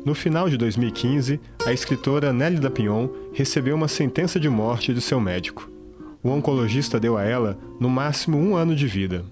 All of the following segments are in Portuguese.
No final de 2015, a escritora Nélida Pinhon recebeu uma sentença de morte de seu médico. O oncologista deu a ela, no máximo, 1 ano de vida.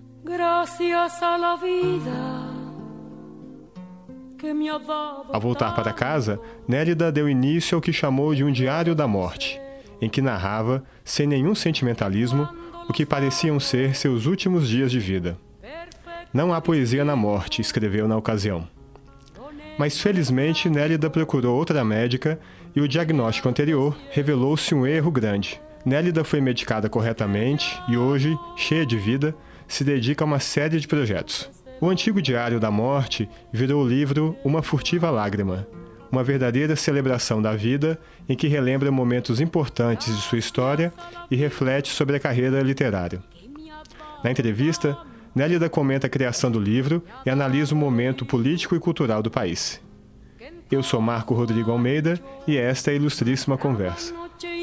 Ao voltar para casa, Nélida deu início ao que chamou de um diário da morte, em que narrava, sem nenhum sentimentalismo, o que pareciam ser seus últimos dias de vida. Não há poesia na morte, escreveu na ocasião. Mas, felizmente, Nélida procurou outra médica e o diagnóstico anterior revelou-se um erro grande. Nélida foi medicada corretamente e hoje, cheia de vida, se dedica a uma série de projetos. O antigo Diário da Morte virou o livro Uma Furtiva Lágrima, uma verdadeira celebração da vida em que relembra momentos importantes de sua história e reflete sobre a carreira literária. Na entrevista, Nélida comenta a criação do livro e analisa o momento político e cultural do país. Eu sou Marco Rodrigo Almeida e esta é a Ilustríssima Conversa.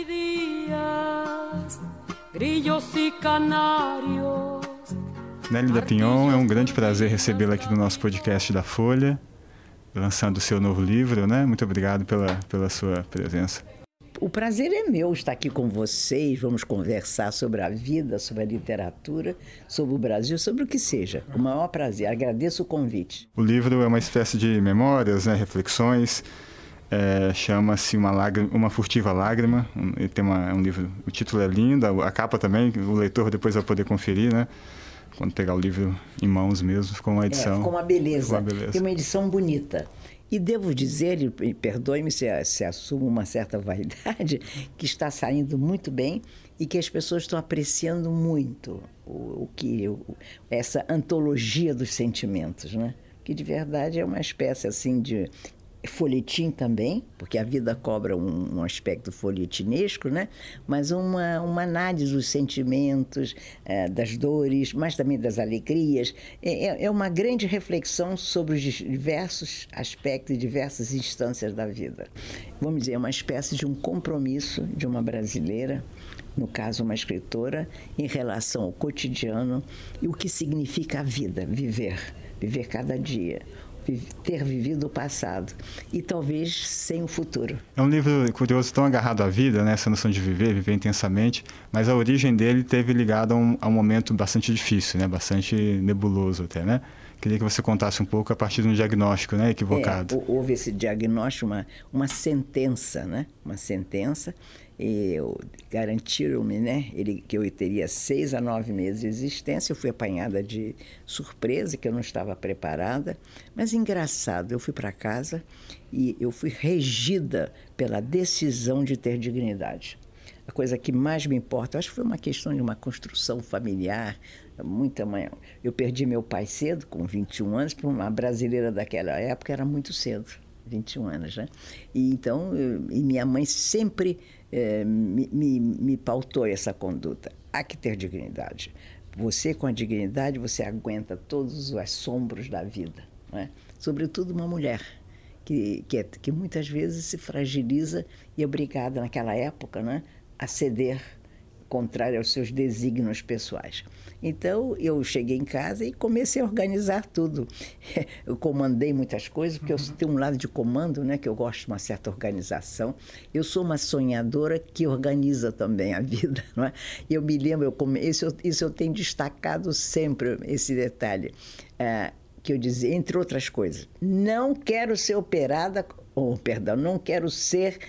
Nélida Pinhon, é um grande prazer recebê-la aqui no nosso podcast da Folha, lançando o seu novo livro, né? Muito obrigado pela sua presença. O prazer é meu estar aqui com vocês, vamos conversar sobre a vida, sobre a literatura, sobre o Brasil, sobre o que seja. O maior prazer, agradeço o convite. O livro é uma espécie de memórias, né, reflexões, chama-se Uma Furtiva Lágrima, um livro, o título é lindo, a capa também, o leitor depois vai poder conferir, né? Quando pegar o livro em mãos mesmo, ficou uma edição. Ficou uma beleza. Tem uma edição bonita. E devo dizer, e perdoe-me se assumo uma certa vaidade, que está saindo muito bem e que as pessoas estão apreciando muito essa antologia dos sentimentos, né? Que de verdade é uma espécie assim de folhetim também, porque a vida cobra um aspecto folhetinesco, né? Mas uma análise dos sentimentos, das dores, mas também das alegrias. É uma grande reflexão sobre os diversos aspectos e diversas instâncias da vida. Vamos dizer, é uma espécie de um compromisso de uma brasileira, no caso uma escritora, em relação ao cotidiano e o que significa a vida, viver cada dia. Ter vivido o passado e talvez sem o futuro. É um livro curioso, tão agarrado à vida, né? Essa noção de viver intensamente, mas a origem dele teve ligada a um momento bastante difícil, né? Bastante nebuloso até, né? Queria que você contasse um pouco a partir de um diagnóstico, né? Equivocado. Houve esse diagnóstico, uma sentença, né? Uma sentença, e garantiram-me, né? Que eu teria 6 a 9 meses de existência. Eu fui apanhada de surpresa, que eu não estava preparada. Mas engraçado, eu fui para casa e eu fui regida pela decisão de ter dignidade. A coisa que mais me importa, eu acho que foi uma questão de uma construção familiar, eu perdi meu pai cedo, com 21 anos, para uma brasileira daquela época, era muito cedo, 21 anos, né? E então, minha mãe sempre me pautou essa conduta. Há que ter dignidade. Você, com a dignidade, você aguenta todos os assombros da vida, né? Sobretudo uma mulher, que muitas vezes se fragiliza e é obrigada, naquela época, né, a ceder, contrário aos seus desígnios pessoais. Então, eu cheguei em casa e comecei a organizar tudo. Eu comandei muitas coisas, porque eu tenho um lado de comando, né, que eu gosto de uma certa organização. Eu sou uma sonhadora que organiza também a vida, não é? E eu me lembro, isso eu tenho destacado sempre, esse detalhe, que eu dizia, entre outras coisas, não quero ser operada, não quero ser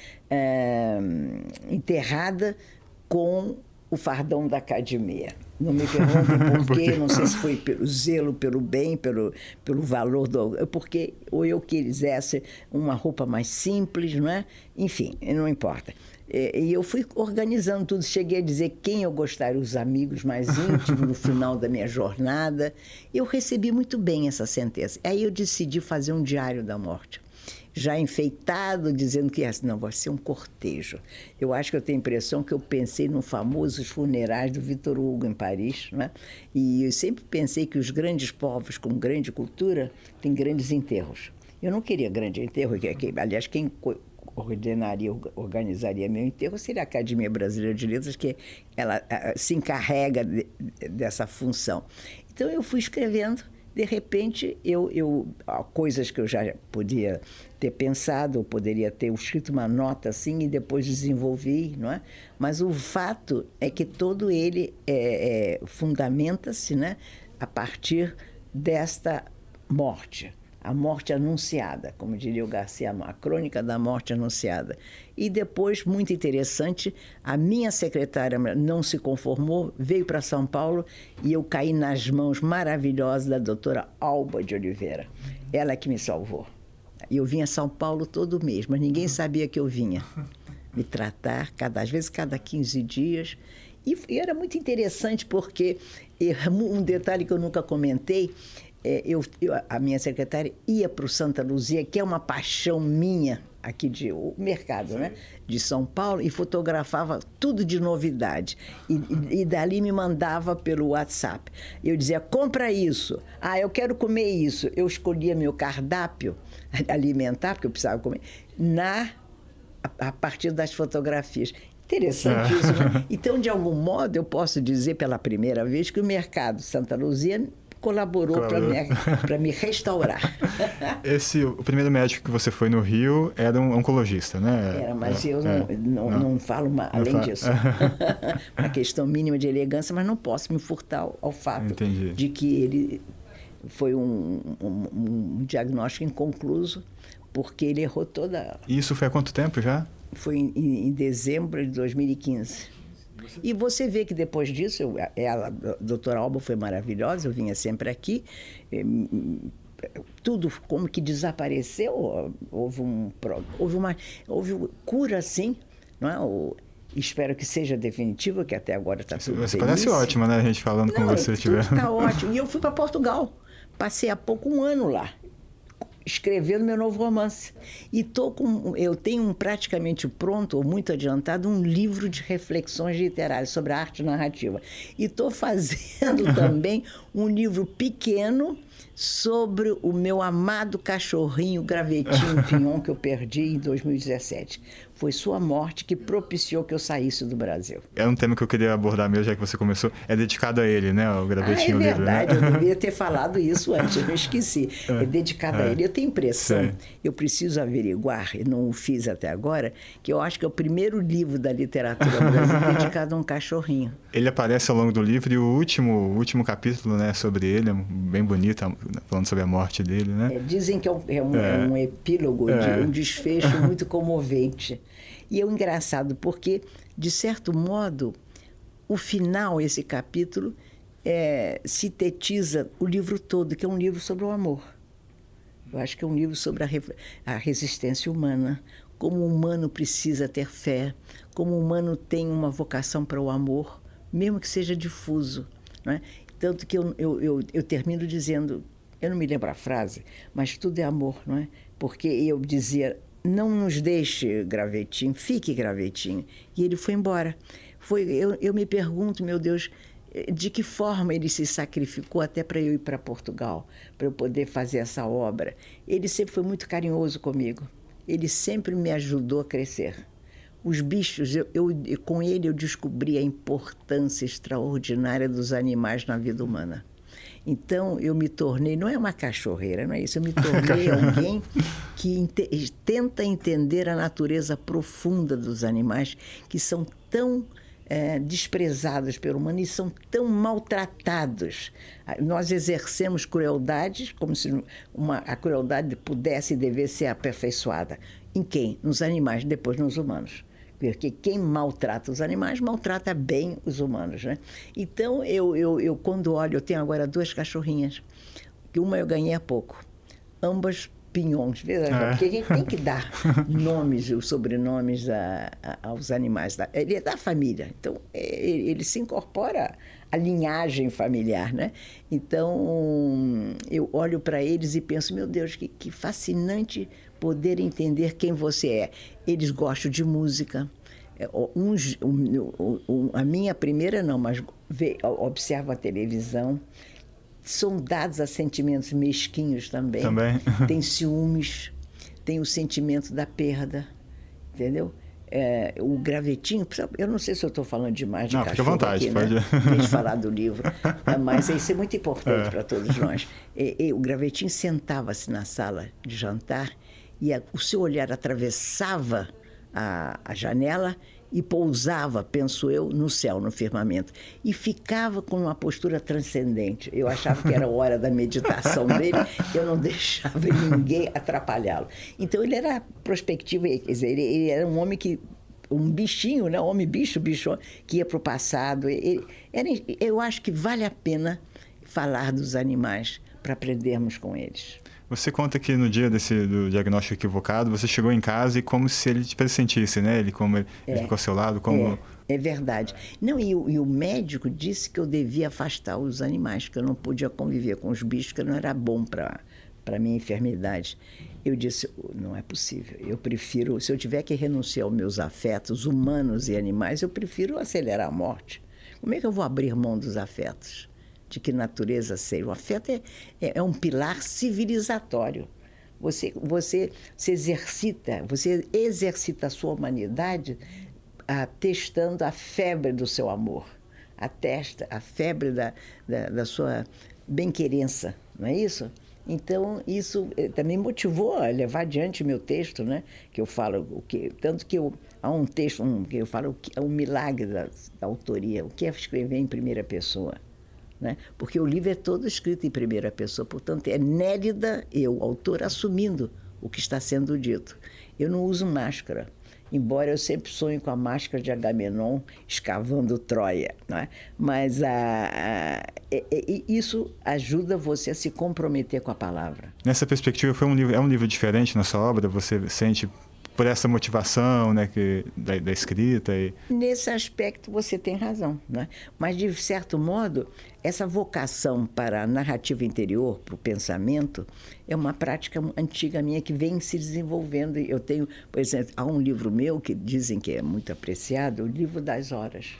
enterrada com o fardão da academia. Não me perguntem por quê, não sei se foi pelo zelo, pelo bem, pelo valor porque ou eu quisesse uma roupa mais simples, não é? Enfim, não importa. E eu fui organizando tudo, cheguei a dizer quem eu gostaria, os amigos mais íntimos no final da minha jornada. Eu recebi muito bem essa sentença. Aí eu decidi fazer um diário da morte, já enfeitado, dizendo que não, vai ser um cortejo. Eu acho que eu tenho a impressão que eu pensei no famosos funerais do Victor Hugo em Paris, né? E eu sempre pensei que os grandes povos com grande cultura têm grandes enterros. Eu não queria grande enterro, aliás, quem organizaria meu enterro seria a Academia Brasileira de Letras, que ela se encarrega dessa função. Então eu fui escrevendo, De repente, coisas que eu já podia ter pensado, ou poderia ter escrito uma nota assim e depois desenvolvi, não é? Mas o fato é que todo ele fundamenta-se, né, a partir desta morte. A morte anunciada, como diria o Garcia Marques, a crônica da morte anunciada. E depois, muito interessante, a minha secretária não se conformou, veio para São Paulo e eu caí nas mãos maravilhosas da doutora Alba de Oliveira. Ela que me salvou. E eu vinha a São Paulo todo mês, mas ninguém sabia que eu vinha me tratar, às vezes cada 15 dias. E era muito interessante porque, um detalhe que eu nunca comentei, a minha secretária ia para o Santa Luzia, que é uma paixão minha, aqui o mercado, né, de São Paulo, e fotografava tudo de novidade. E dali me mandava pelo WhatsApp. Eu dizia, compra isso. Ah, eu quero comer isso. Eu escolhia meu cardápio alimentar, porque eu precisava comer, a partir das fotografias. Interessante isso, né? Então, de algum modo, eu posso dizer pela primeira vez que o mercado Santa Luzia colaborou para me restaurar. O primeiro médico que você foi no Rio era um oncologista, né? Era, mas eu não falo além disso. Uma questão mínima de elegância, mas não posso me furtar ao fato de que ele foi um diagnóstico inconcluso, porque ele errou toda... Isso foi há quanto tempo já? Foi em dezembro de 2015. E você vê que depois disso, a doutora Alba foi maravilhosa, eu vinha sempre aqui, tudo como que desapareceu, houve cura, sim, não é? Espero que seja definitiva, que até agora está tudo Você parece ótima, né, a gente falando com você. Está ótimo. E eu fui para Portugal, passei há pouco 1 ano lá, escrevendo meu novo romance. E eu tenho praticamente pronto, ou muito adiantado, um livro de reflexões literárias sobre a arte narrativa. E estou fazendo também um livro pequeno sobre o meu amado cachorrinho Gravetinho Pinhon, que eu perdi em 2017. Foi sua morte que propiciou que eu saísse do Brasil. É um tema que eu queria abordar mesmo, já que você começou. É dedicado a ele, né? O Gravetinho. É verdade, livro, né? Eu devia ter falado isso antes, eu esqueci. É dedicado a ele. Eu tenho impressão, eu preciso averiguar, e não o fiz até agora, que eu acho que é o primeiro livro da literatura brasileira dedicado a um cachorrinho. Ele aparece ao longo do livro e o último capítulo, né, sobre ele, é bem bonito, falando sobre a morte dele, né? Dizem que é um epílogo, um desfecho muito comovente. E é engraçado porque, de certo modo, o final, esse capítulo, sintetiza o livro todo, que é um livro sobre o amor. Eu acho que é um livro sobre a resistência humana, como o humano precisa ter fé, como o humano tem uma vocação para o amor, mesmo que seja difuso, não é? Tanto que eu termino dizendo, eu não me lembro a frase, mas tudo é amor, não é? Porque eu dizia, não nos deixe, Gravetinho, fique, Gravetinho. E ele foi embora. Eu me pergunto, meu Deus, de que forma ele se sacrificou até para eu ir para Portugal, para eu poder fazer essa obra. Ele sempre foi muito carinhoso comigo. Ele sempre me ajudou a crescer. Os bichos, com ele eu descobri a importância extraordinária dos animais na vida humana. Então, eu me tornei, não é uma cachorreira, não é isso, eu me tornei alguém que tenta entender a natureza profunda dos animais, que são tão desprezados pelo humano e são tão maltratados. Nós exercemos crueldades, como se a crueldade pudesse e devesse ser aperfeiçoada. Em quem? Nos animais, depois nos humanos. Porque quem maltrata os animais, maltrata bem os humanos, né? Então, eu quando olho, eu tenho agora 2 cachorrinhas, que uma eu ganhei há pouco, ambas pinhões, porque a gente tem que dar nomes, os sobrenomes aos animais. Ele é da família, então ele se incorpora à linhagem familiar, né? Então, eu olho para eles e penso, meu Deus, que fascinante poder entender quem você é. Eles gostam de música. A minha primeira não, mas observa a televisão. São dados a sentimentos mesquinhos também. Tem ciúmes, tem o sentimento da perda, entendeu? o gravetinho, eu não sei se eu estou falando demais de não, cachorro fica à vontade, aqui, pode. Né? Em vez de falar do livro, mas isso é muito importante para todos nós. O gravetinho sentava-se na sala de jantar e o seu olhar atravessava a janela e pousava, penso eu, no céu, no firmamento. E ficava com uma postura transcendente. Eu achava que era a hora da meditação dele, eu não deixava ninguém atrapalhá-lo. Então, ele era prospectivo, quer dizer, ele era um homem que... um bichinho, né? Homem-bicho, bicho, que ia para o passado. Eu acho que vale a pena falar dos animais para aprendermos com eles. Você conta que no dia do diagnóstico equivocado, você chegou em casa e como se ele te pressentisse, né? Ele ficou ao seu lado, como... É verdade. Não, e o médico disse que eu devia afastar os animais, que eu não podia conviver com os bichos, que não era bom para a minha enfermidade. Eu disse, não é possível, eu prefiro, se eu tiver que renunciar aos meus afetos humanos e animais, eu prefiro acelerar a morte. Como é que eu vou abrir mão dos afetos? De que natureza seja? O afeto é um pilar civilizatório. Você se exercita, você exercita a sua humanidade testando a febre do seu amor, a febre da sua bem-querença, não é isso? Então, isso também motivou a levar adiante meu texto, né? Que eu falo, tanto que há um texto que eu falo, o milagre da autoria, o que é escrever em primeira pessoa. Né? Porque o livro é todo escrito em primeira pessoa, portanto, é Nélida, eu, autor, assumindo o que está sendo dito. Eu não uso máscara, embora eu sempre sonhe com a máscara de Agamenon escavando Troia. Né? Mas isso ajuda você a se comprometer com a palavra. Nessa perspectiva, é um livro diferente na sua obra? Você sente por essa motivação, né, da escrita? Nesse aspecto você tem razão, né? Mas, de certo modo, essa vocação para a narrativa interior, para o pensamento, é uma prática antiga minha que vem se desenvolvendo. Eu tenho, por exemplo, há um livro meu que dizem que é muito apreciado, o Livro das Horas.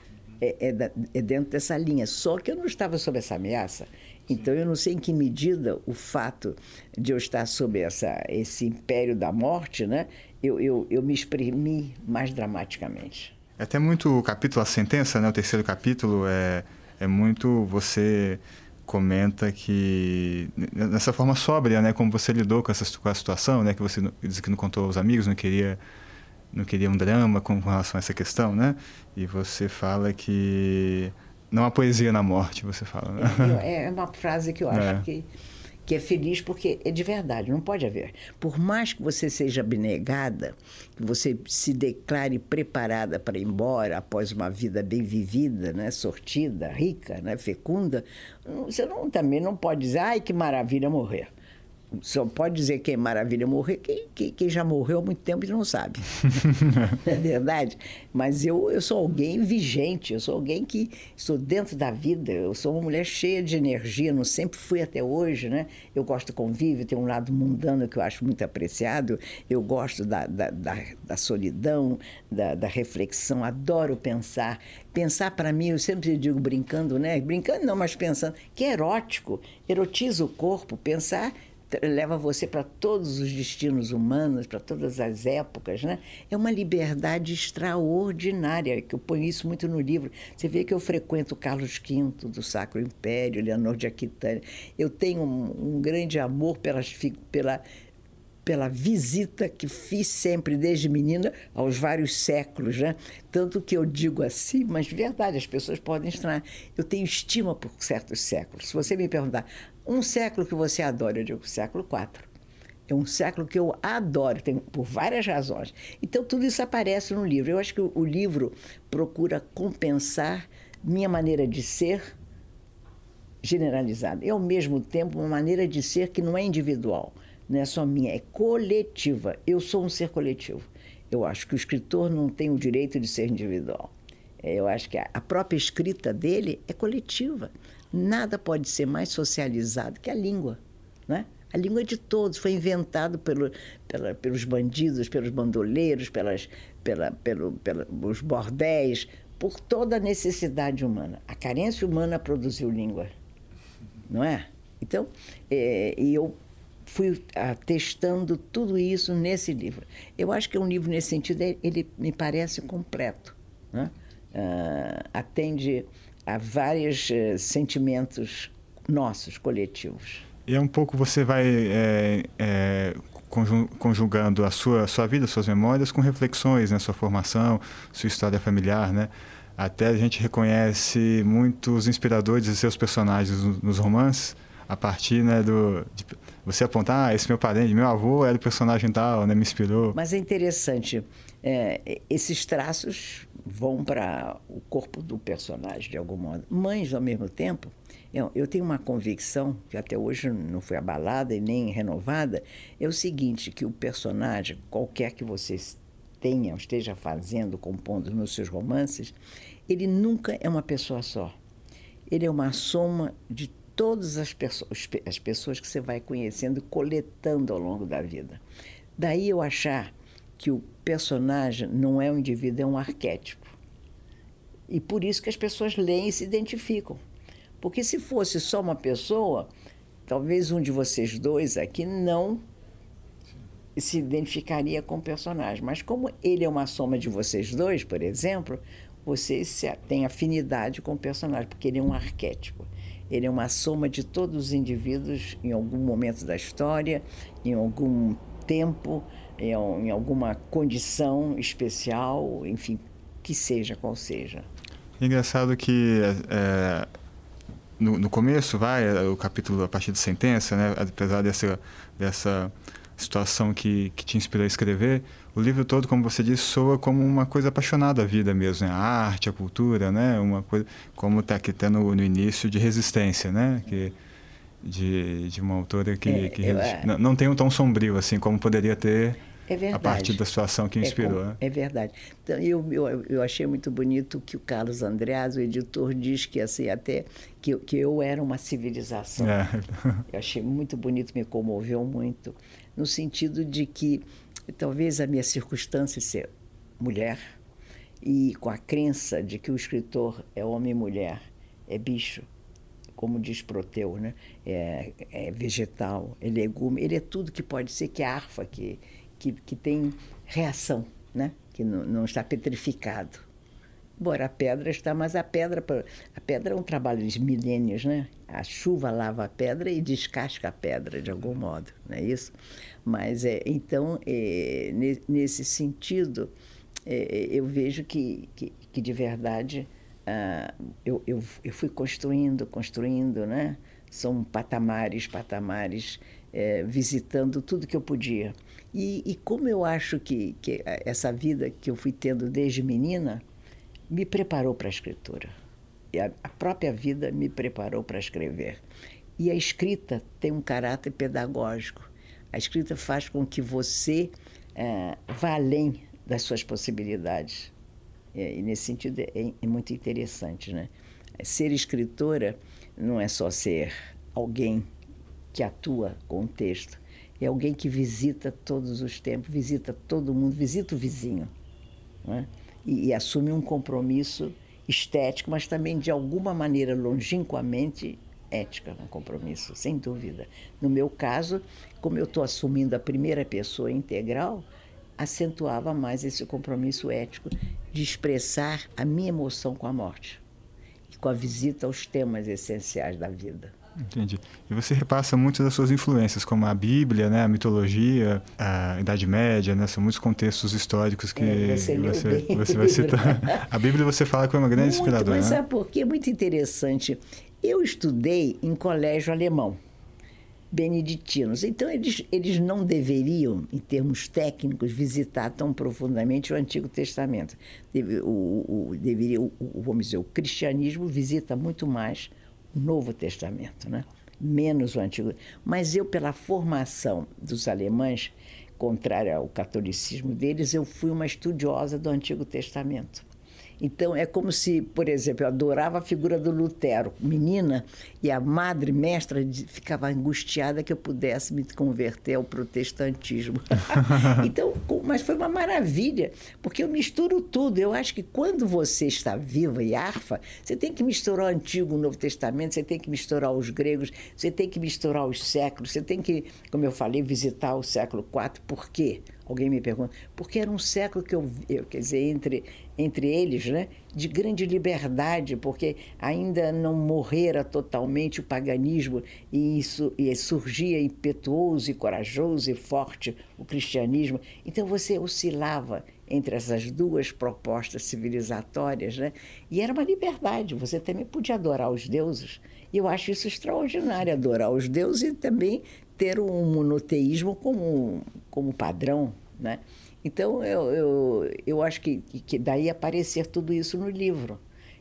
É dentro dessa linha, só que eu não estava sob essa ameaça. Então, eu não sei em que medida o fato de eu estar sob esse império da morte, né, eu me exprimi mais dramaticamente. É até muito o capítulo, a sentença, né, o terceiro capítulo, é muito, você comenta que, nessa forma sóbria, né, como você lidou com a situação, né, que você disse que não contou aos amigos, não queria um drama com relação a essa questão, né, e você fala que não há poesia na morte, você fala, né? É uma frase que eu acho que é feliz, porque é de verdade, não pode haver. Por mais que você seja abnegada, que você se declare preparada para ir embora após uma vida bem vivida, né, sortida, rica, né, fecunda, você também não pode dizer, ai, que maravilha morrer. Só pode dizer que é maravilha morrer quem já morreu há muito tempo e não sabe. É verdade? Mas eu sou alguém vigente, eu sou alguém que estou dentro da vida, eu sou uma mulher cheia de energia, não sempre fui até hoje, né? Eu gosto do convívio, tem um lado mundano que eu acho muito apreciado, eu gosto da solidão, da reflexão, adoro pensar. Pensar, para mim, eu sempre digo brincando, né? Brincando não, mas pensando, que é erótico, erotiza o corpo, pensar leva você para todos os destinos humanos, para todas as épocas, né? É uma liberdade extraordinária, que eu ponho isso muito no livro. Você vê que eu frequento Carlos V do Sacro Império, Leonor de Aquitânia. Eu tenho um grande amor pela visita que fiz sempre, desde menina, aos vários séculos, né? Tanto que eu digo assim, mas de verdade, as pessoas podem estranhar. Eu tenho estima por certos séculos. Se você me perguntar, um século que você adora, eu digo o século IV. É um século que eu adoro, por várias razões. Então, tudo isso aparece no livro. Eu acho que o livro procura compensar minha maneira de ser generalizada. E, ao mesmo tempo, uma maneira de ser que não é individual. Não é só minha, é coletiva. Eu sou um ser coletivo. Eu acho que o escritor não tem o direito de ser individual. Eu acho que a própria escrita dele é coletiva. Nada pode ser mais socializado que a língua, né? A língua é de todos, foi inventado pelos bandidos, pelos bandoleiros, pelos bordéis, por toda a necessidade humana. A carência humana produziu língua, não é? Então, eu fui testando tudo isso nesse livro. Eu acho que é um livro, nesse sentido, ele me parece completo, né? Atende a vários sentimentos nossos, coletivos. E é um pouco você vai conjugando a sua vida, suas memórias, com reflexões, né? Sua formação, sua história familiar, né? Até a gente reconhece muitos inspiradores de seus personagens nos romances, a partir, né, de você apontar, esse meu parente, meu avô era o personagem tal, né, me inspirou. Mas é interessante, esses traços vão para o corpo do personagem, de algum modo. Mas, ao mesmo tempo, eu tenho uma convicção, que até hoje não foi abalada e nem renovada, é o seguinte, que o personagem, qualquer que você tenha, esteja fazendo, compondo nos seus romances, ele nunca é uma pessoa só. Ele é uma soma de todas as pessoas que você vai conhecendo e coletando ao longo da vida. Daí eu achar que o personagem não é um indivíduo, é um arquétipo. E por isso que as pessoas leem e se identificam. Porque se fosse só uma pessoa, talvez um de vocês dois aqui não se identificaria com o personagem. Mas como ele é uma soma de vocês dois, por exemplo, vocês têm afinidade com o personagem, porque ele é um arquétipo. Ele é uma soma de todos os indivíduos em algum momento da história, em algum tempo, em alguma condição especial, enfim, que seja qual seja. É engraçado que no começo, o capítulo a partir de sentença, né, apesar dessa situação que te inspirou a escrever, o livro todo, como você disse, soa como uma coisa apaixonada à vida mesmo, né? A arte, a cultura, né? Uma coisa, como está aqui no início, de resistência, né? De uma autora que não tem um tom sombrio, assim, como poderia ter a partir da situação que inspirou. Né? É verdade. Então, eu achei muito bonito que o Carlos Andreas, o editor, diz que, assim, até que eu era uma civilização. Eu achei muito bonito, me comoveu muito, no sentido de que talvez a minha circunstância ser mulher e com a crença de que o escritor é homem e mulher, é bicho, como diz Proteu, né? É vegetal, é legume, ele é tudo que pode ser, que é arfa, que tem reação, né? Que não está petrificado. Embora a pedra está, mas a pedra é um trabalho de milênios, né? A chuva lava a pedra e descasca a pedra, de algum modo, não é isso? Mas, então, nesse sentido, eu vejo que de verdade, eu fui construindo, né? São patamares, visitando tudo que eu podia. E como eu acho que essa vida que eu fui tendo desde menina me preparou para a escritura. E a própria vida me preparou para escrever. E a escrita tem um caráter pedagógico. A escrita faz com que você vá além das suas possibilidades. E nesse sentido é muito interessante, né? Ser escritora não é só ser alguém que atua com o texto, é alguém que visita todos os tempos, visita todo mundo, visita o vizinho, né? E assume um compromisso estético, mas também, de alguma maneira, longínquamente ética, um compromisso, sem dúvida. No meu caso, como eu estou assumindo a primeira pessoa integral, acentuava mais esse compromisso ético de expressar a minha emoção com a morte e com a visita aos temas essenciais da vida. Entendi. E você repassa muitas das suas influências, como a Bíblia, né, a mitologia, a Idade Média, né, são muitos contextos históricos que você vai citar. A Bíblia você fala que é uma grande inspiradora. Mas né? sabe por quê? É muito interessante. Eu estudei em colégio alemão, beneditinos. Então, eles não deveriam, em termos técnicos, visitar tão profundamente o Antigo Testamento. Vamos dizer, o cristianismo visita muito mais o Novo Testamento, né? Menos o Antigo. Mas eu, pela formação dos alemães, contrária ao catolicismo deles, eu fui uma estudiosa do Antigo Testamento. Então, é como se, por exemplo, eu adorava a figura do Lutero, menina, e a madre mestra ficava angustiada que eu pudesse me converter ao protestantismo. Então, mas foi uma maravilha, porque eu misturo tudo. Eu acho que quando você está viva e arfa, você tem que misturar o Antigo e o Novo Testamento, você tem que misturar os gregos, você tem que misturar os séculos, você tem que, como eu falei, visitar o século IV. Por quê? Alguém me pergunta. Porque era um século que eu quer dizer, entre eles, né, de grande liberdade, porque ainda não morrera totalmente o paganismo e surgia impetuoso e corajoso e forte o cristianismo. Então você oscilava entre essas duas propostas civilizatórias, né? E era uma liberdade, você também podia adorar os deuses. E eu acho isso extraordinário, adorar os deuses e também ter um monoteísmo como padrão, né? Então, eu acho que daí aparecer tudo isso no livro.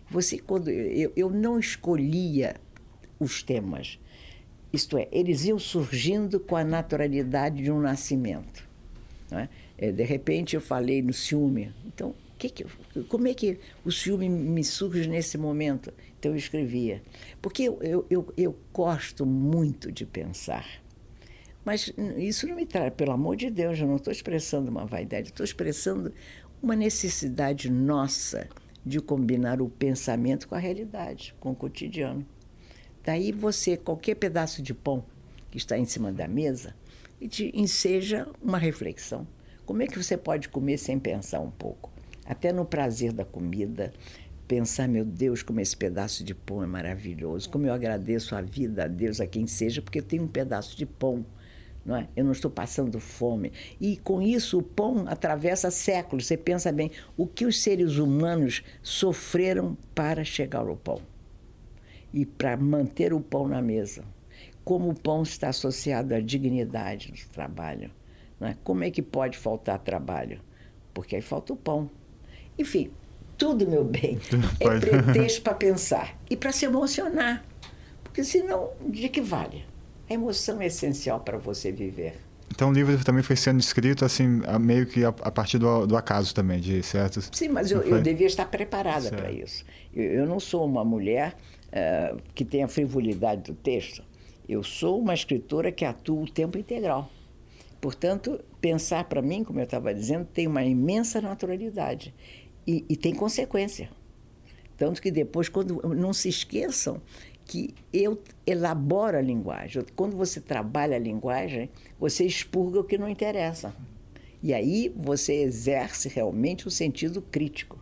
Eu não escolhia os temas. Isto é, eles iam surgindo com a naturalidade de um nascimento. Não é? De repente, eu falei no ciúme. Então, como é que o ciúme me surge nesse momento? Então, eu escrevia. Porque eu gosto muito de pensar. Mas isso não me traz, pelo amor de Deus, eu não estou expressando uma vaidade, estou expressando uma necessidade nossa de combinar o pensamento com a realidade, com o cotidiano. Daí qualquer pedaço de pão que está em cima da mesa, enseja uma reflexão. Como é que você pode comer sem pensar um pouco? Até no prazer da comida, pensar, meu Deus, como esse pedaço de pão é maravilhoso, como eu agradeço a vida, a Deus, a quem seja, porque eu tenho um pedaço de pão. Não é? Eu não estou passando fome. E, com isso, o pão atravessa séculos. Você pensa bem, o que os seres humanos sofreram para chegar ao pão e para manter o pão na mesa. Como o pão está associado à dignidade do trabalho. Não é? Como é que pode faltar trabalho? Porque aí falta o pão. Enfim, tudo, meu bem, é pretexto para pensar e para se emocionar. Porque, senão, de que vale? A emoção é essencial para você viver. Então o livro também foi sendo escrito assim, meio que a partir do acaso também, de certos... Sim, mas eu devia estar preparada para isso. Eu não sou uma mulher que tem a frivolidade do texto. Eu sou uma escritora que atua o tempo integral. Portanto, pensar para mim, como eu estava dizendo, tem uma imensa naturalidade e tem consequência. Tanto que depois, não se esqueçam que eu elaboro a linguagem. Quando você trabalha a linguagem, você expurga o que não interessa. E aí você exerce realmente o sentido crítico.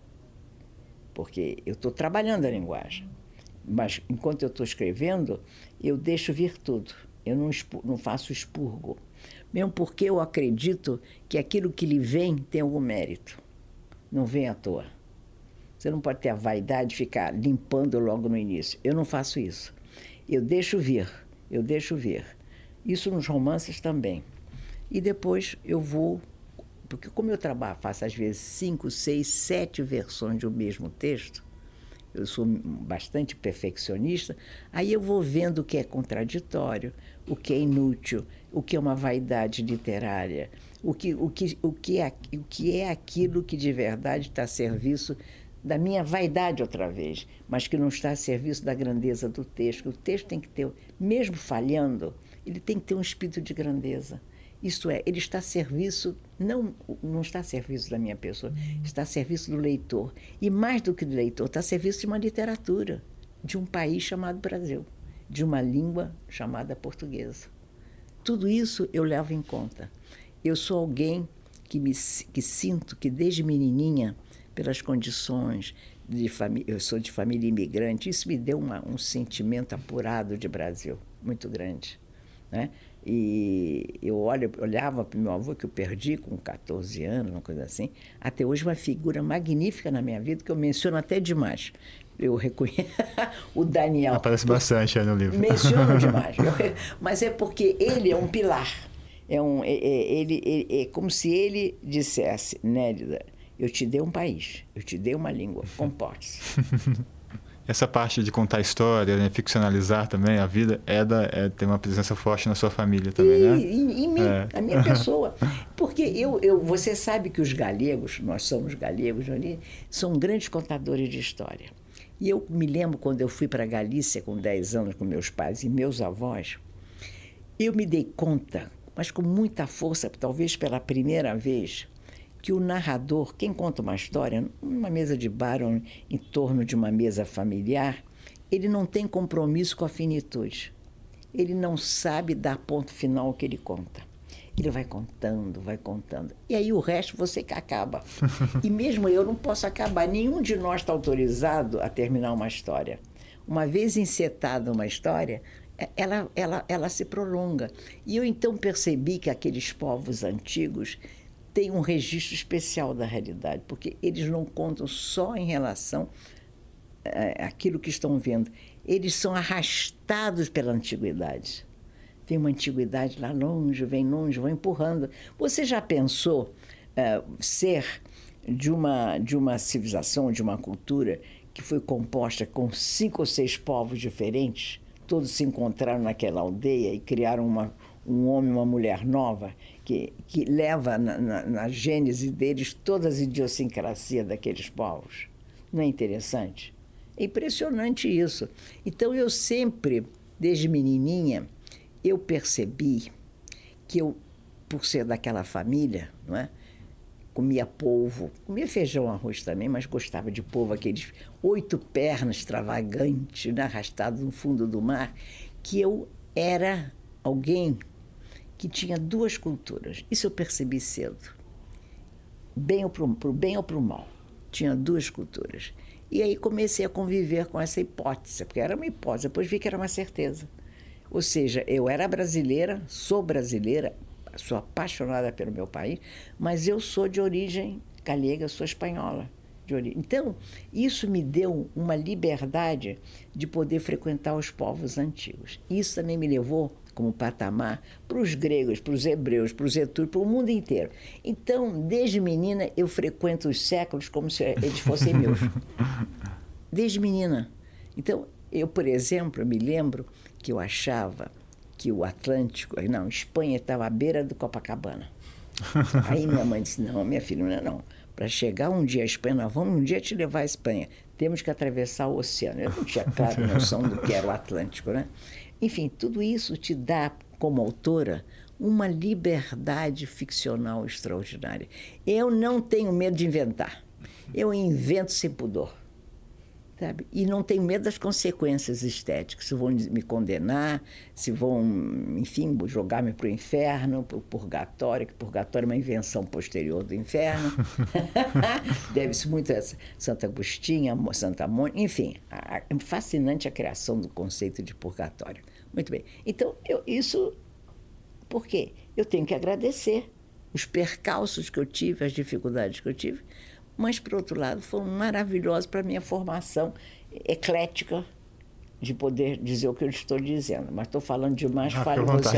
Porque eu estou trabalhando a linguagem. Mas, enquanto eu estou escrevendo, eu deixo vir tudo. Eu não faço expurgo. Mesmo porque eu acredito que aquilo que lhe vem tem algum mérito. Não vem à toa. Você não pode ter a vaidade de ficar limpando logo no início. Eu não faço isso. Eu deixo vir. Isso nos romances também. E depois eu vou... Porque como eu faço às vezes 5, 6, 7 versões de um mesmo texto, eu sou bastante perfeccionista, aí eu vou vendo o que é contraditório, o que é inútil, o que é uma vaidade literária, o que é aquilo que de verdade está a serviço da minha vaidade outra vez, mas que não está a serviço da grandeza do texto. O texto tem que ter, mesmo falhando, ele tem que ter um espírito de grandeza. Isto é, ele está a serviço, não está a serviço da minha pessoa, está a serviço do leitor. E mais do que do leitor, está a serviço de uma literatura, de um país chamado Brasil, de uma língua chamada portuguesa. Tudo isso eu levo em conta. Eu sou alguém que sinto que desde menininha, pelas condições de família, eu sou de família imigrante, isso me deu um sentimento apurado de Brasil, muito grande, né? E eu olhava para o meu avô, que eu perdi com 14 anos, uma coisa assim, até hoje uma figura magnífica na minha vida, que eu menciono até demais. Eu reconheço o Daniel. Aparece bastante no livro. Menciono demais. Mas é porque ele é um pilar. É como se ele dissesse, Nélida, eu te dei um país, eu te dei uma língua, comporte-se. Essa parte de contar história, né, ficcionalizar também a vida, tem uma presença forte na sua família também, né? Em mim, a minha pessoa. Porque você sabe que os galegos, nós somos galegos ali, são grandes contadores de história. E eu me lembro quando eu fui para a Galícia com 10 anos com meus pais e meus avós, eu me dei conta, mas com muita força, talvez pela primeira vez, que o narrador, quem conta uma história, numa mesa de bar ou em torno de uma mesa familiar, ele não tem compromisso com a finitude. Ele não sabe dar ponto final ao que ele conta. Ele vai contando, vai contando. E aí o resto você que acaba. E mesmo eu não posso acabar. Nenhum de nós está autorizado a terminar uma história. Uma vez encetada uma história, ela se prolonga. E eu então percebi que aqueles povos antigos têm um registro especial da realidade, porque eles não contam só em relação àquilo que estão vendo. Eles são arrastados pela antiguidade. Tem uma antiguidade lá longe, vem longe, vão empurrando. Você já pensou ser de uma civilização, de uma cultura que foi composta com 5 ou 6 povos diferentes? Todos se encontraram naquela aldeia e criaram um homem e uma mulher nova que leva na gênese deles todas as idiosincrasias daqueles povos. Não é interessante? É impressionante isso. Então, eu sempre, desde menininha, eu percebi que eu, por ser daquela família, não é? Comia polvo, comia feijão, arroz também, mas gostava de polvo, aqueles 8 pernas extravagantes, né, arrastados no fundo do mar, que eu era alguém que tinha 2 culturas. Isso eu percebi cedo. Pro bem ou para o mal. Tinha 2 culturas. E aí comecei a conviver com essa hipótese, porque era uma hipótese, depois vi que era uma certeza. Ou seja, eu era brasileira, sou apaixonada pelo meu país, mas eu sou de origem galega, sou espanhola. Então, isso me deu uma liberdade de poder frequentar os povos antigos. Isso também me levou, como patamar, para os gregos, para os hebreus, para os etruscos, para o mundo inteiro. Então, desde menina, eu frequento os séculos como se eles fossem meus. Desde menina. Então, eu, por exemplo, me lembro que eu achava que o Atlântico, não, Espanha estava à beira do Copacabana. Aí minha mãe disse, não, minha filha, não. Para chegar um dia à Espanha, nós vamos um dia te levar à Espanha. Temos que atravessar o oceano. Eu não tinha, claro, noção do que era o Atlântico, né? Enfim, tudo isso te dá, como autora, uma liberdade ficcional extraordinária. Eu não tenho medo de inventar. Eu invento sem pudor. Sabe? E não tenho medo das consequências estéticas, se vão me condenar, se vão, enfim, jogar-me para o inferno, para o purgatório, que purgatório é uma invenção posterior do inferno. Deve-se muito a Santo Agostinho, a Santa Mônica, enfim, é fascinante a criação do conceito de purgatório. Muito bem. Então, isso, por quê? Eu tenho que agradecer os percalços que eu tive, as dificuldades que eu tive, mas, por outro lado, foram maravilhosos para a minha formação eclética de poder dizer o que eu estou dizendo. Mas estou falando demais, fale você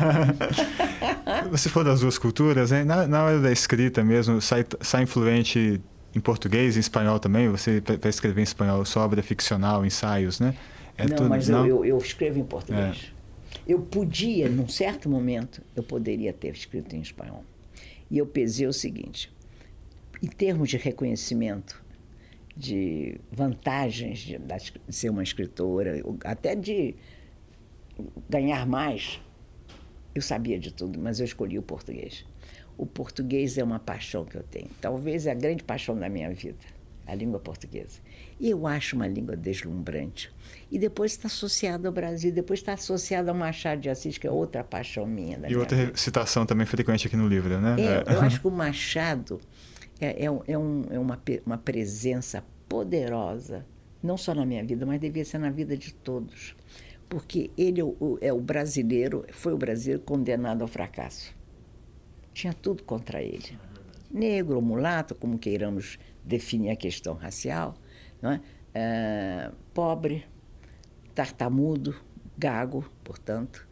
agora. Você falou das 2 culturas, hein? Na hora da escrita mesmo, sai influente em português e em espanhol também? Você, para escrever em espanhol, sua obra ficcional, ensaios, né? Mas eu escrevo em português. Eu podia, num certo momento, eu poderia ter escrito em espanhol. E eu pesei o seguinte... Em termos de reconhecimento, de vantagens de ser uma escritora, até de ganhar mais, eu sabia de tudo, mas eu escolhi o português. O português é uma paixão que eu tenho. Talvez é a grande paixão da minha vida, a língua portuguesa. E eu acho uma língua deslumbrante. E depois está associada ao Brasil, depois está associada ao Machado de Assis, que é outra paixão minha. Da minha outra vida. Citação também frequente aqui no livro, né? Eu acho que o Machado... É uma presença poderosa, não só na minha vida, mas devia ser na vida de todos. Porque ele é o brasileiro, foi o brasileiro condenado ao fracasso. Tinha tudo contra ele. Negro ou mulato, como queiramos definir a questão racial, não é? Pobre, tartamudo, gago, portanto.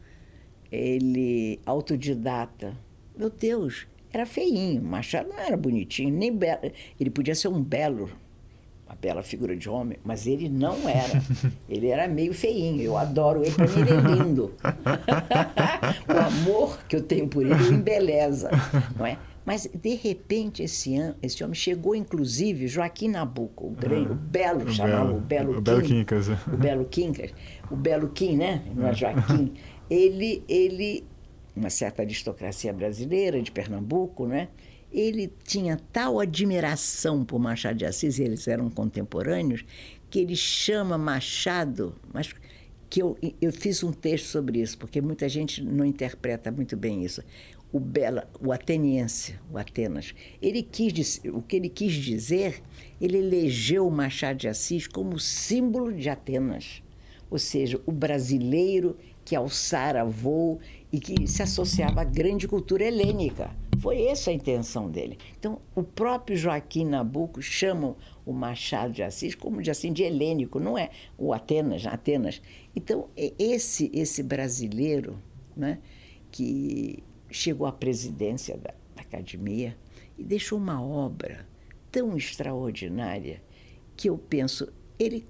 Ele autodidata. Meu Deus! Era feinho, Machado não era bonitinho, nem belo. Ele podia ser uma bela figura de homem, mas ele não era. Ele era meio feinho. Eu adoro ele, para mim ele é lindo. O amor que eu tenho por ele embeleza, não é? Mas, de repente, esse homem chegou, inclusive, Joaquim Nabuco, o Belo, chamava o Belo Quincas. O Belo Quincas. O Belo Quim, né? Não é Joaquim. Ele, uma certa aristocracia brasileira, de Pernambuco, né? Ele tinha tal admiração por Machado de Assis, eles eram contemporâneos, que ele chama Machado, mas que eu fiz um texto sobre isso, porque muita gente não interpreta muito bem isso. O ateniense, o Atenas, o que ele quis dizer, ele elegeu Machado de Assis como símbolo de Atenas, ou seja, o brasileiro que alçara voo e que se associava à grande cultura helênica. Foi essa a intenção dele. Então, o próprio Joaquim Nabuco chama o Machado de Assis como de helênico, não é o Atenas. Então, esse brasileiro, né, que chegou à presidência da academia e deixou uma obra tão extraordinária que eu penso, ele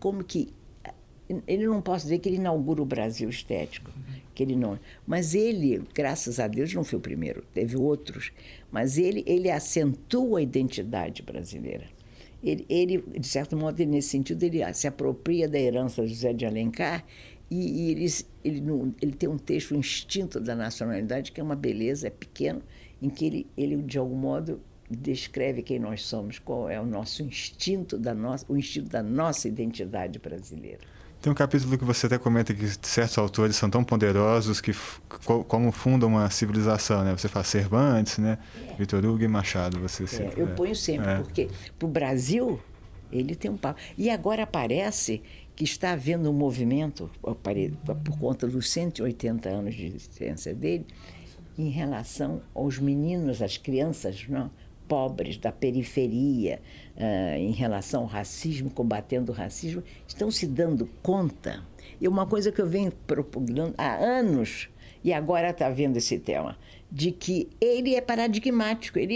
não posso dizer que ele inaugura o Brasil estético, que ele não, mas ele, graças a Deus, não foi o primeiro, teve outros, mas ele acentua a identidade brasileira. Ele, de certo modo, nesse sentido, ele se apropria da herança de José de Alencar e ele tem um texto, o Instinto da Nacionalidade, que é uma beleza, é pequeno, em que ele de algum modo, descreve quem nós somos, qual é o nosso instinto, o instinto da nossa identidade brasileira. Tem um capítulo que você até comenta que certos autores são tão poderosos que como fundam uma civilização, né? Você fala Cervantes, né? Vitor Hugo e Machado. Eu ponho sempre, porque para o Brasil ele tem um papo. E agora parece que está havendo um movimento, por conta dos 180 anos de existência dele, em relação aos meninos, às crianças, não? Pobres, da periferia, em relação ao racismo, combatendo o racismo, estão se dando conta. E uma coisa que eu venho propagando há anos, e agora está vendo esse tema, de que ele é paradigmático, ele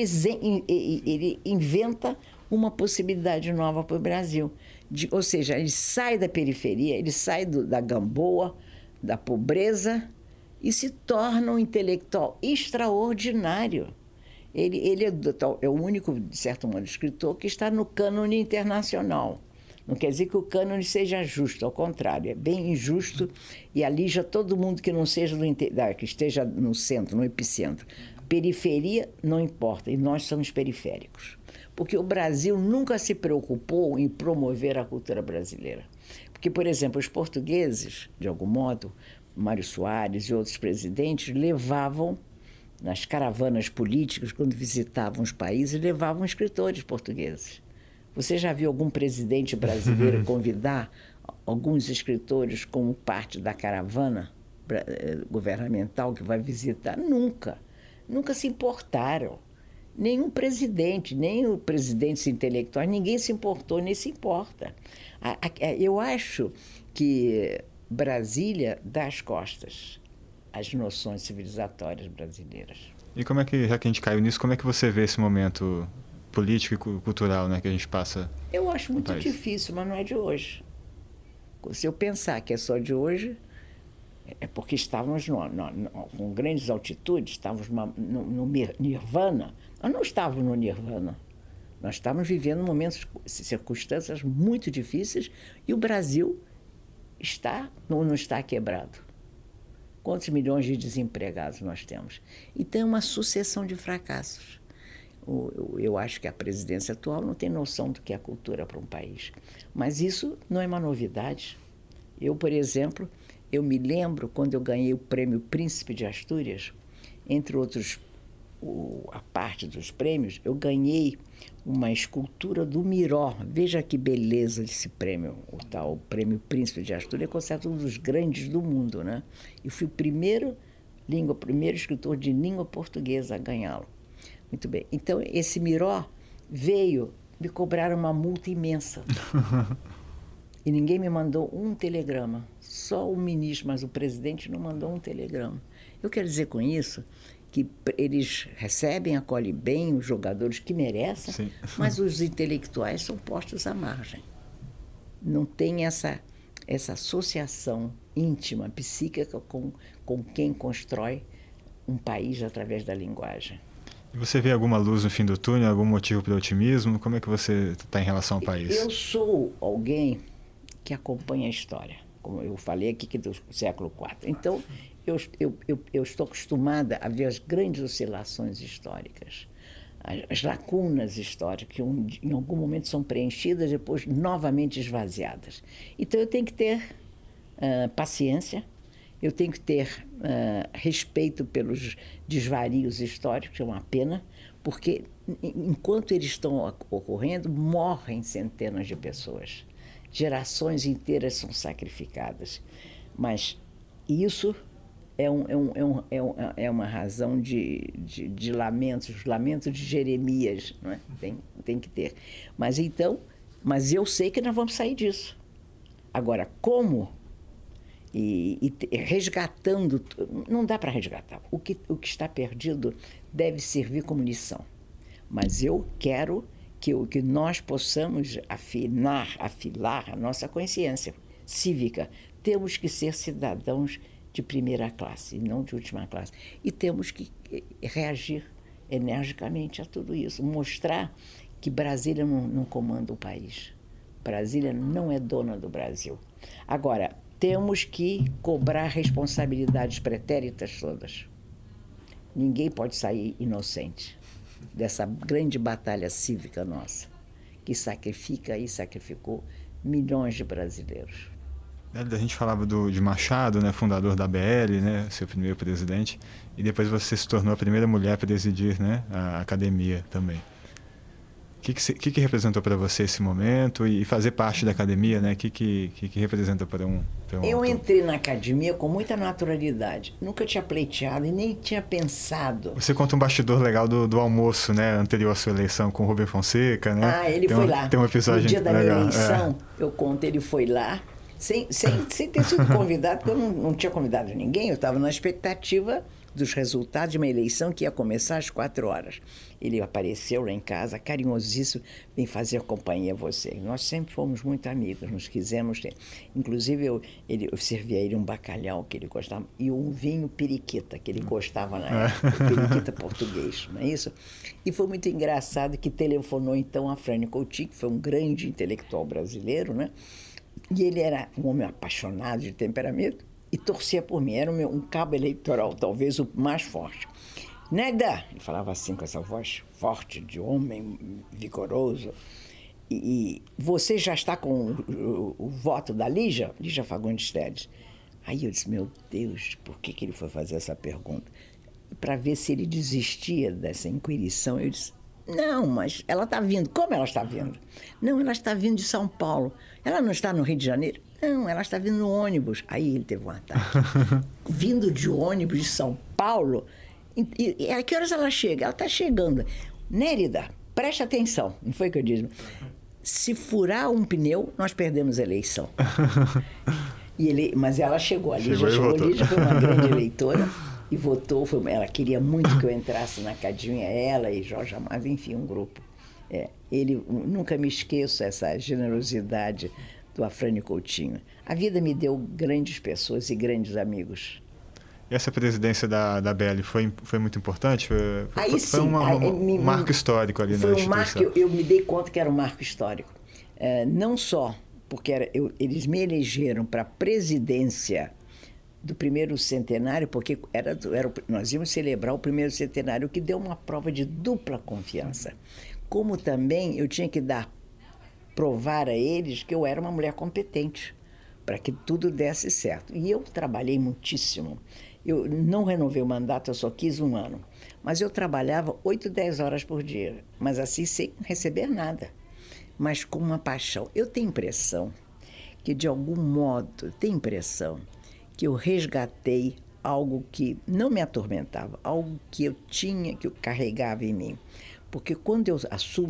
inventa uma possibilidade nova para o Brasil. Ou seja, ele sai da periferia, ele sai da gamboa, da pobreza, e se torna um intelectual extraordinário. Ele é o único, de certo modo, escritor que está no cânone internacional. Não quer dizer que o cânone seja justo, ao contrário, é bem injusto e alija todo mundo que não seja que esteja no centro, no epicentro. Periferia não importa, e nós somos periféricos. Porque o Brasil nunca se preocupou em promover a cultura brasileira. Porque, por exemplo, os portugueses, de algum modo, Mário Soares e outros presidentes, levavam nas caravanas políticas, quando visitavam os países, levavam escritores portugueses. Você já viu algum presidente brasileiro convidar alguns escritores como parte da caravana governamental que vai visitar? Nunca. Nunca se importaram. Nenhum presidente, nem os presidentes intelectuais, ninguém se importou, nem se importa. Eu acho que Brasília dá as costas as noções civilizatórias brasileiras. E como é que, já que a gente caiu nisso, como é que você vê esse momento político e cultural, né, que a gente passa? Eu acho muito difícil, mas não é de hoje. Se eu pensar que é só de hoje, é porque estávamos com grandes altitudes, estávamos no nirvana. Nós não estávamos no nirvana. Nós estávamos vivendo momentos, circunstâncias muito difíceis e o Brasil não está quebrado. Quantos milhões de desempregados nós temos? E tem uma sucessão de fracassos. Eu acho que a presidência atual não tem noção do que é cultura para um país. Mas isso não é uma novidade. Eu, por exemplo, eu me lembro quando eu ganhei o prêmio Príncipe de Astúrias, entre outros, a parte dos prêmios, eu ganhei uma escultura do Miró. Veja que beleza esse prêmio, o prêmio Príncipe de Astúrias, é considerado um dos grandes do mundo, né? E fui o primeiro escritor de língua portuguesa a ganhá-lo. Muito bem. Então, esse Miró veio me cobrar uma multa imensa. E ninguém me mandou um telegrama. Só o ministro, mas o presidente não mandou um telegrama. Eu quero dizer com isso que eles recebem, acolhem bem os jogadores que merecem, sim, mas os intelectuais são postos à margem. Não tem essa associação íntima, psíquica com quem constrói um país através da linguagem. Você vê alguma luz no fim do túnel, algum motivo para o otimismo? Como é que você está em relação ao país? Eu sou alguém que acompanha a história, como eu falei aqui, que do século IV. Então, eu estou acostumada a ver as grandes oscilações históricas, as lacunas históricas, que em algum momento são preenchidas, depois novamente esvaziadas. Então, eu tenho que ter paciência, eu tenho que ter respeito pelos desvarios históricos, é uma pena, porque enquanto eles estão ocorrendo, morrem centenas de pessoas. Gerações inteiras são sacrificadas. Mas isso é uma razão de lamentos, lamentos de Jeremias, não é? Tem que ter. Mas eu sei que nós vamos sair disso. Agora, como? E resgatando, não dá para resgatar. O que está perdido deve servir como lição. Mas eu quero que nós possamos afilar a nossa consciência cívica. Temos que ser cidadãos de primeira classe, e não de última classe. E temos que reagir energicamente a tudo isso. Mostrar que Brasília não comanda o país. Brasília não é dona do Brasil. Agora, temos que cobrar responsabilidades pretéritas todas. Ninguém pode sair inocente dessa grande batalha cívica nossa, que sacrifica e sacrificou milhões de brasileiros. A gente falava de Machado, né, fundador da BL, né, seu primeiro presidente, e depois você se tornou a primeira mulher a presidir, né, a academia também. O que representou para você esse momento e fazer parte da academia, né? O que representa para um Eu autor? entrei na academia com muita naturalidade. Nunca tinha pleiteado e nem tinha pensado. Você conta um bastidor legal do almoço, né? Anterior à sua eleição com o Rubem Fonseca, né? Ah, ele foi lá. Tem um episódio no dia da minha legal. eleição, eu conto, ele foi lá, sem ter sido convidado, porque eu não tinha convidado ninguém. Eu estava na expectativa dos resultados de uma eleição que ia começar às 4h. Ele apareceu lá em casa, carinhosíssimo, vem fazer companhia a você. Nós sempre fomos muito amigos, nos quisemos ter. Inclusive, eu servi a ele um bacalhau que ele gostava e um vinho periquita, que ele gostava na época, periquita português, não é isso? E foi muito engraçado que telefonou então a Afrânio Coutinho, que foi um grande intelectual brasileiro, né? E ele era um homem apaixonado de temperamento, e torcia por mim, era um cabo eleitoral, talvez o mais forte. Neda, ele falava assim com essa voz forte, de homem vigoroso, e você já está com o voto da Lígia Fagundes Telles? Aí eu disse, meu Deus, por que ele foi fazer essa pergunta? Para ver se ele desistia dessa inquirição, eu disse, não, mas ela está vindo. Como ela está vindo? Não, ela está vindo de São Paulo. Ela não está no Rio de Janeiro? Não, ela está vindo no ônibus. Aí ele teve um ataque. Vindo de ônibus de São Paulo. E a que horas ela chega? Ela está chegando. Nérida, preste atenção. Não foi o que eu disse? Se furar um pneu, nós perdemos a eleição. Mas ela chegou. A Lígia chegou. A Lígia foi uma grande eleitora. E votou, ela queria muito que eu entrasse na academia, ela e Jorge Amado, enfim, um grupo. Nunca me esqueço essa generosidade do Afrânio Coutinho. A vida me deu grandes pessoas e grandes amigos. E essa presidência da BL foi muito importante? Foi um marco histórico ali na instituição. Foi um marco, eu me dei conta que era um marco histórico. Não só porque eles me elegeram para a presidência do primeiro centenário, porque nós íamos celebrar o primeiro centenário, o que deu uma prova de dupla confiança. Como também eu tinha que provar a eles que eu era uma mulher competente, para que tudo desse certo. E eu trabalhei muitíssimo. Eu não renovei o mandato, eu só quis 1 ano. Mas eu trabalhava 8, 10 horas por dia, mas assim sem receber nada, mas com uma paixão. Eu tenho impressão que, de algum modo, que eu resgatei algo que não me atormentava, algo que eu carregava em mim. Porque quando eu assumo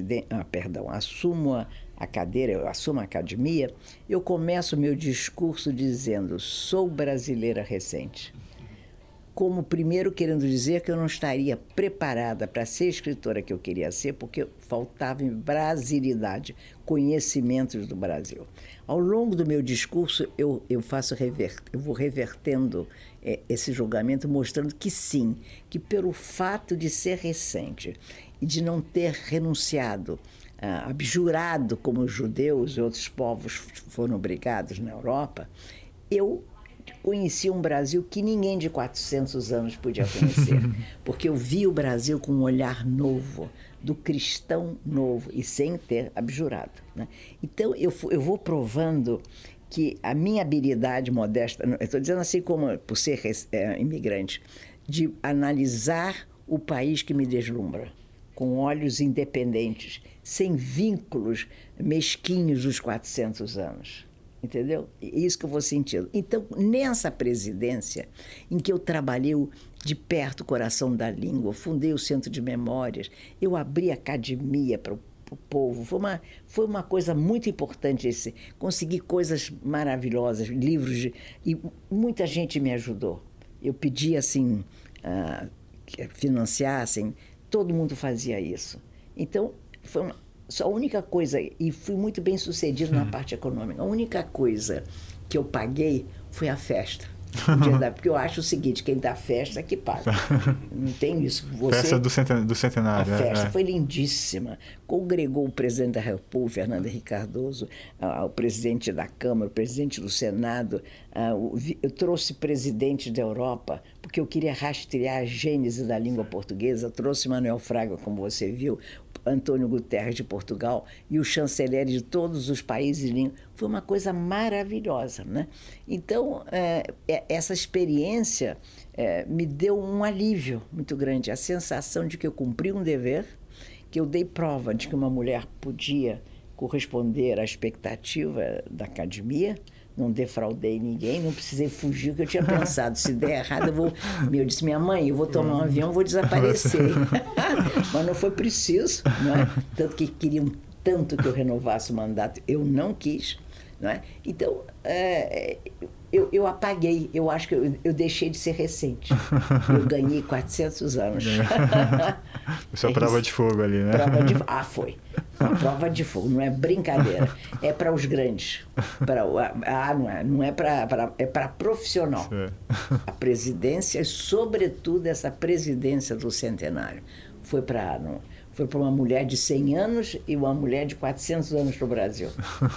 a cadeira, eu assumo a academia, eu começo o meu discurso dizendo, sou brasileira recente. como primeiro querendo dizer que eu não estaria preparada para ser escritora que eu queria ser, porque faltava em brasilidade, conhecimentos do Brasil. Ao longo do meu discurso, eu vou revertendo esse julgamento, mostrando que sim, que pelo fato de ser recente e de não ter renunciado, abjurado como os judeus e outros povos foram obrigados na Europa, eu conheci um Brasil que ninguém de 400 anos podia conhecer, porque eu vi o Brasil com um olhar novo, do cristão novo e sem ter abjurado, né? Então eu vou provando que a minha habilidade modesta, eu estou dizendo assim como por ser imigrante, de analisar o país que me deslumbra, com olhos independentes, sem vínculos mesquinhos dos 400 anos. Entendeu? É isso que eu vou sentindo. Então, nessa presidência, em que eu trabalhei de perto o coração da língua, fundei o Centro de Memórias, eu abri a academia para o povo. Foi uma coisa muito importante conseguir coisas maravilhosas, livros, e muita gente me ajudou. Eu pedi assim, que financiassem, todo mundo fazia isso. Então, foi só a única coisa, e fui muito bem sucedido na parte econômica, a única coisa que eu paguei foi a festa. Porque eu acho o seguinte, quem dá festa é que paga. Não tem isso. Festa do centenário. A festa foi lindíssima. Congregou o presidente da República, Fernando Henrique Cardoso, o presidente da Câmara, o presidente do Senado. Eu trouxe presidentes da Europa, porque eu queria rastrear a gênese da língua portuguesa. Trouxe Manuel Fraga, como você viu, Antônio Guterres de Portugal e o chanceler de todos os países de língua. Foi uma coisa maravilhosa, né? Então, essa experiência me deu um alívio muito grande, a sensação de que eu cumpri um dever, que eu dei prova de que uma mulher podia corresponder à expectativa da academia, não defraudei ninguém, não precisei fugir, o que eu tinha pensado. Se der errado, eu disse, minha mãe, eu vou tomar um avião, vou desaparecer. Mas não foi preciso, não é? Tanto que queriam tanto que eu renovasse o mandato, eu não quis, não é? Então, eu apaguei, eu acho que eu deixei de ser recente. Eu ganhei 400 anos. Isso é prova de fogo ali, né? Foi. Uma prova de fogo, não é brincadeira. É para os grandes. Não é para profissional. A presidência, e sobretudo essa presidência do centenário, foi para uma mulher de 100 anos e uma mulher de 400 anos para o Brasil.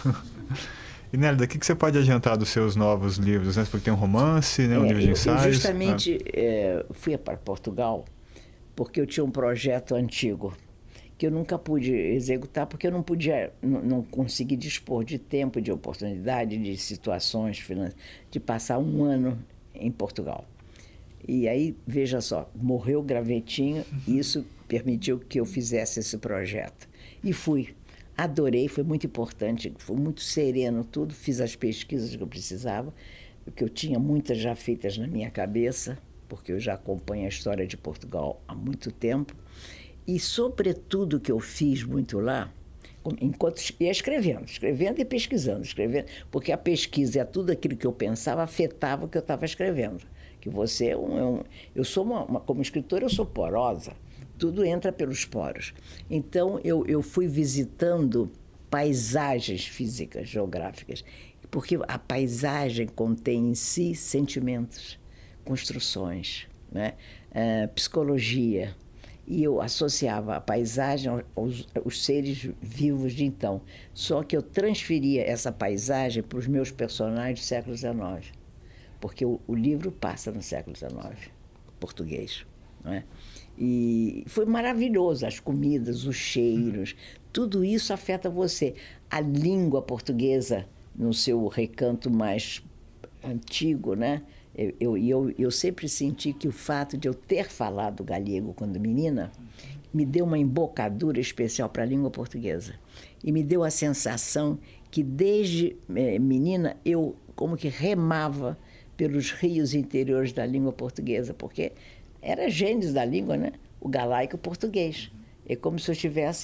E Nélida, o que você pode adiantar dos seus novos livros? Né? Porque tem um romance, né? Um livro de ensaios. Eu justamente fui para Portugal porque eu tinha um projeto antigo que eu nunca pude executar porque eu não podia, não consegui dispor de tempo, de oportunidade, de situações de passar um ano em Portugal. E aí, veja só, morreu o gravetinho e isso permitiu que eu fizesse esse projeto. E fui. Adorei, foi muito importante, foi muito sereno tudo, fiz as pesquisas que eu precisava, que eu tinha muitas já feitas na minha cabeça, porque eu já acompanho a história de Portugal há muito tempo. E, sobretudo, o que eu fiz muito lá, enquanto ia escrevendo e pesquisando, porque a pesquisa e tudo aquilo que eu pensava afetava o que eu estava escrevendo. Que você eu sou como escritora, eu sou porosa. Tudo entra pelos poros. Então, eu fui visitando paisagens físicas, geográficas, porque a paisagem contém em si sentimentos, construções, né? Psicologia. E eu associava a paisagem aos seres vivos de então. Só que eu transferia essa paisagem para os meus personagens do século XIX, porque o livro passa no século XIX, português, não é? E foi maravilhoso, as comidas, os cheiros, tudo isso afeta você. A língua portuguesa, no seu recanto mais antigo, né? Eu sempre senti que o fato de eu ter falado galego quando menina me deu uma embocadura especial para a língua portuguesa. E me deu a sensação que desde menina eu como que remava pelos rios interiores da língua portuguesa, porque era gênese da língua, né? O galaico português. É como se eu estivesse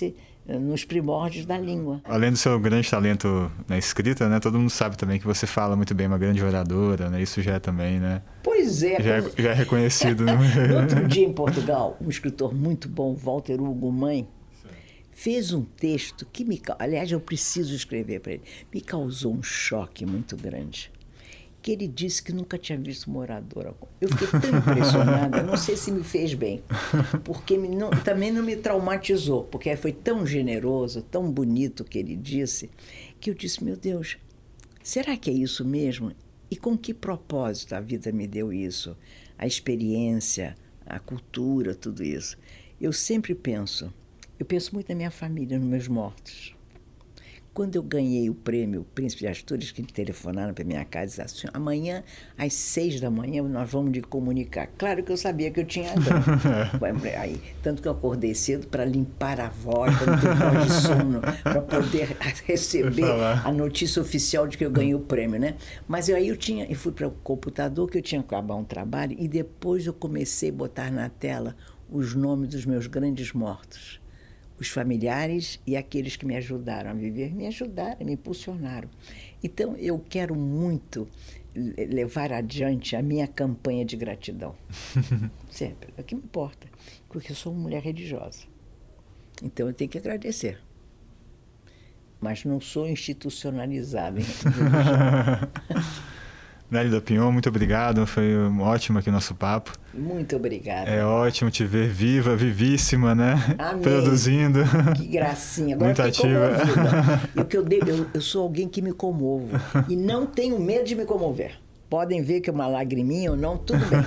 nos primórdios da língua. Além do seu grande talento na escrita, né, todo mundo sabe também que você fala muito bem, uma grande oradora, né? Isso já é também, né? Pois é. Já é reconhecido. No outro dia em Portugal, um escritor muito bom, Walter Hugo Mãe, fez um texto que aliás, eu preciso escrever para ele, me causou um choque muito grande. Que ele disse que nunca tinha visto uma oradora. Eu fiquei tão impressionada, não sei se me fez bem, porque também não me traumatizou, porque foi tão generoso, tão bonito o que ele disse, que eu disse, meu Deus, será que é isso mesmo? E com que propósito a vida me deu isso? A experiência, a cultura, tudo isso. Eu penso muito na minha família, nos meus mortos. Quando eu ganhei o prêmio Príncipe de Astúrias, que telefonaram para minha casa e disseram assim, amanhã, às 6 da manhã, nós vamos lhe comunicar. Claro que eu sabia que eu tinha ganho. Aí, tanto que eu acordei cedo para limpar a voz, para não ter voz de sono, para poder receber a notícia oficial de que eu ganhei o prêmio, né? Mas eu fui para o computador, que eu tinha que acabar um trabalho, e depois eu comecei a botar na tela os nomes dos meus grandes mortos. Os familiares e aqueles que me ajudaram a viver, me ajudaram, me impulsionaram. Então, eu quero muito levar adiante a minha campanha de gratidão. Sempre, é o que me importa, porque eu sou uma mulher religiosa. Então, eu tenho que agradecer. Mas não sou institucionalizada em religião. Nélida Pinhon, muito obrigado, foi ótimo aqui o nosso papo. Muito obrigada. É ótimo te ver viva, vivíssima, né? Amém. Produzindo. Que gracinha. Agora muito ativa. Eu sou alguém que me comovo e não tenho medo de me comover. Podem ver que é uma lagriminha ou não, tudo bem.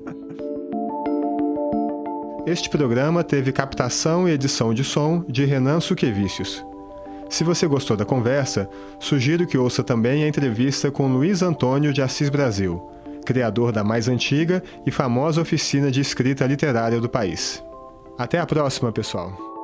Este programa teve captação e edição de som de Renan Suquevicius. Se você gostou da conversa, sugiro que ouça também a entrevista com Luiz Antônio de Assis Brasil, criador da mais antiga e famosa oficina de escrita literária do país. Até a próxima, pessoal!